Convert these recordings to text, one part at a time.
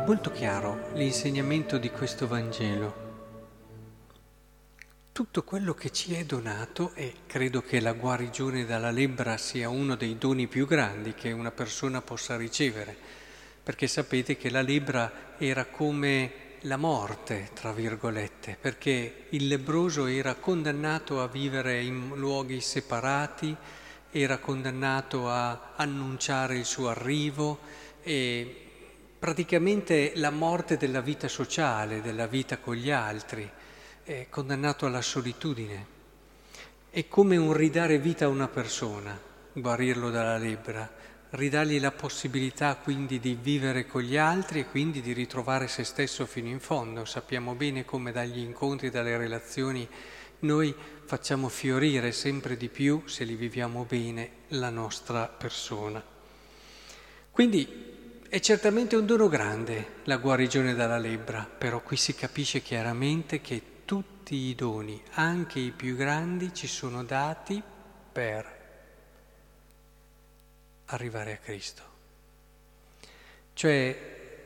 molto chiaro l'insegnamento di questo Vangelo. Tutto quello che ci è donato, e credo che la guarigione dalla lebbra sia uno dei doni più grandi che una persona possa ricevere, perché sapete che la lebbra era come la morte, tra virgolette, perché il lebbroso era condannato a vivere in luoghi separati, era condannato a annunciare il suo arrivo e praticamente la morte della vita sociale, della vita con gli altri, è condannato alla solitudine. È come un ridare vita a una persona, guarirlo dalla lebbra, ridargli la possibilità quindi di vivere con gli altri e quindi di ritrovare se stesso fino in fondo. Sappiamo bene come dagli incontri, dalle relazioni, noi facciamo fiorire sempre di più, se li viviamo bene, la nostra persona. Quindi è certamente un dono grande la guarigione dalla lebbra, però qui si capisce chiaramente che tutti i doni, anche i più grandi, ci sono dati per arrivare a Cristo. Cioè,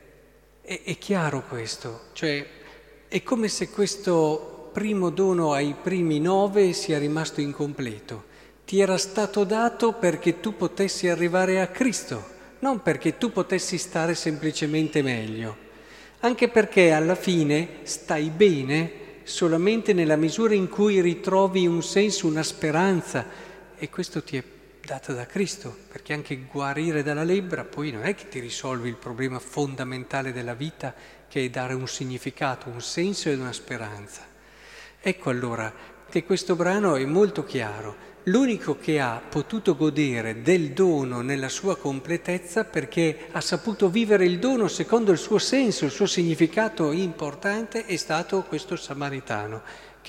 è chiaro questo, cioè è come se questo primo dono ai primi 9 sia rimasto incompleto. Ti era stato dato perché tu potessi arrivare a Cristo, non perché tu potessi stare semplicemente meglio, anche perché alla fine stai bene solamente nella misura in cui ritrovi un senso, una speranza, e questo ti è dato da Cristo, perché anche guarire dalla lebbra poi non è che ti risolvi il problema fondamentale della vita, che è dare un significato, un senso ed una speranza. Ecco allora che questo brano è molto chiaro. L'unico che ha potuto godere del dono nella sua completezza perché ha saputo vivere il dono secondo il suo senso, il suo significato importante, è stato questo samaritano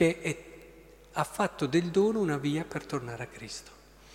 ha fatto del dono una via per tornare a Cristo.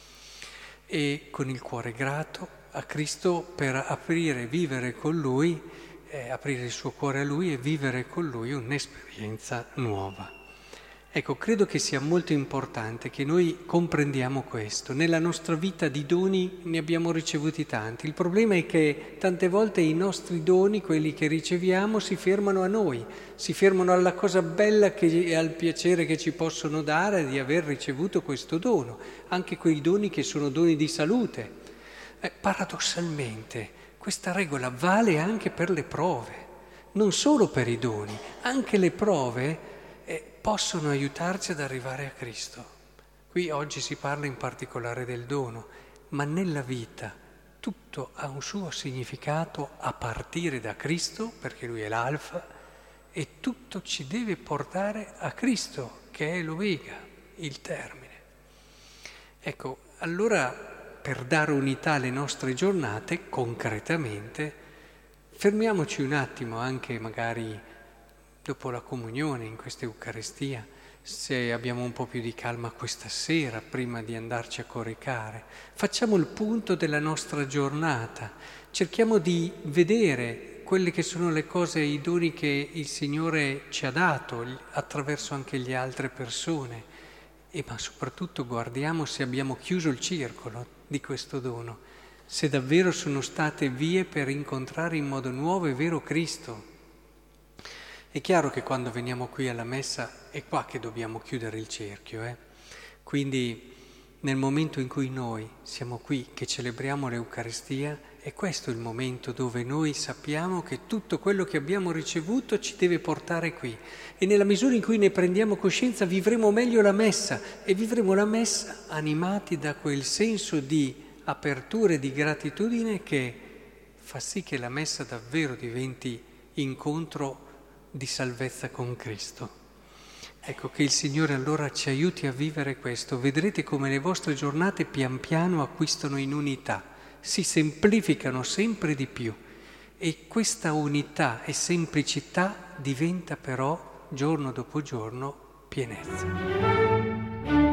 E con il cuore grato a Cristo per aprire, vivere con Lui, aprire il suo cuore a Lui e vivere con Lui un'esperienza nuova. Ecco, credo che sia molto importante che noi comprendiamo questo. Nella nostra vita di doni ne abbiamo ricevuti tanti. Il problema è che tante volte i nostri doni, quelli che riceviamo, si fermano a noi, si fermano alla cosa bella e al piacere che ci possono dare di aver ricevuto questo dono, anche quei doni che sono doni di salute. Paradossalmente, questa regola vale anche per le prove, non solo per i doni, anche le prove possono aiutarci ad arrivare a Cristo. Qui oggi si parla in particolare del dono, ma nella vita tutto ha un suo significato a partire da Cristo, perché Lui è l'alfa, e tutto ci deve portare a Cristo, che è l'omega, il termine. Ecco, allora per dare unità alle nostre giornate, concretamente, fermiamoci un attimo anche magari dopo la comunione, in questa Eucaristia, se abbiamo un po' più di calma questa sera, prima di andarci a coricare, facciamo il punto della nostra giornata, cerchiamo di vedere quelle che sono le cose, i doni che il Signore ci ha dato attraverso anche le altre persone, ma soprattutto guardiamo se abbiamo chiuso il circolo di questo dono, se davvero sono state vie per incontrare in modo nuovo e vero Cristo. È chiaro che quando veniamo qui alla messa è qua che dobbiamo chiudere il cerchio. Quindi nel momento in cui noi siamo qui, che celebriamo l'Eucaristia, è questo il momento dove noi sappiamo che tutto quello che abbiamo ricevuto ci deve portare qui. E nella misura in cui ne prendiamo coscienza vivremo meglio la messa, e vivremo la messa animati da quel senso di apertura e di gratitudine che fa sì che la messa davvero diventi incontro di salvezza con Cristo. Ecco, che il Signore allora ci aiuti a vivere questo. Vedrete come le vostre giornate pian piano acquistano in unità, si semplificano sempre di più, e questa unità e semplicità diventa però giorno dopo giorno pienezza.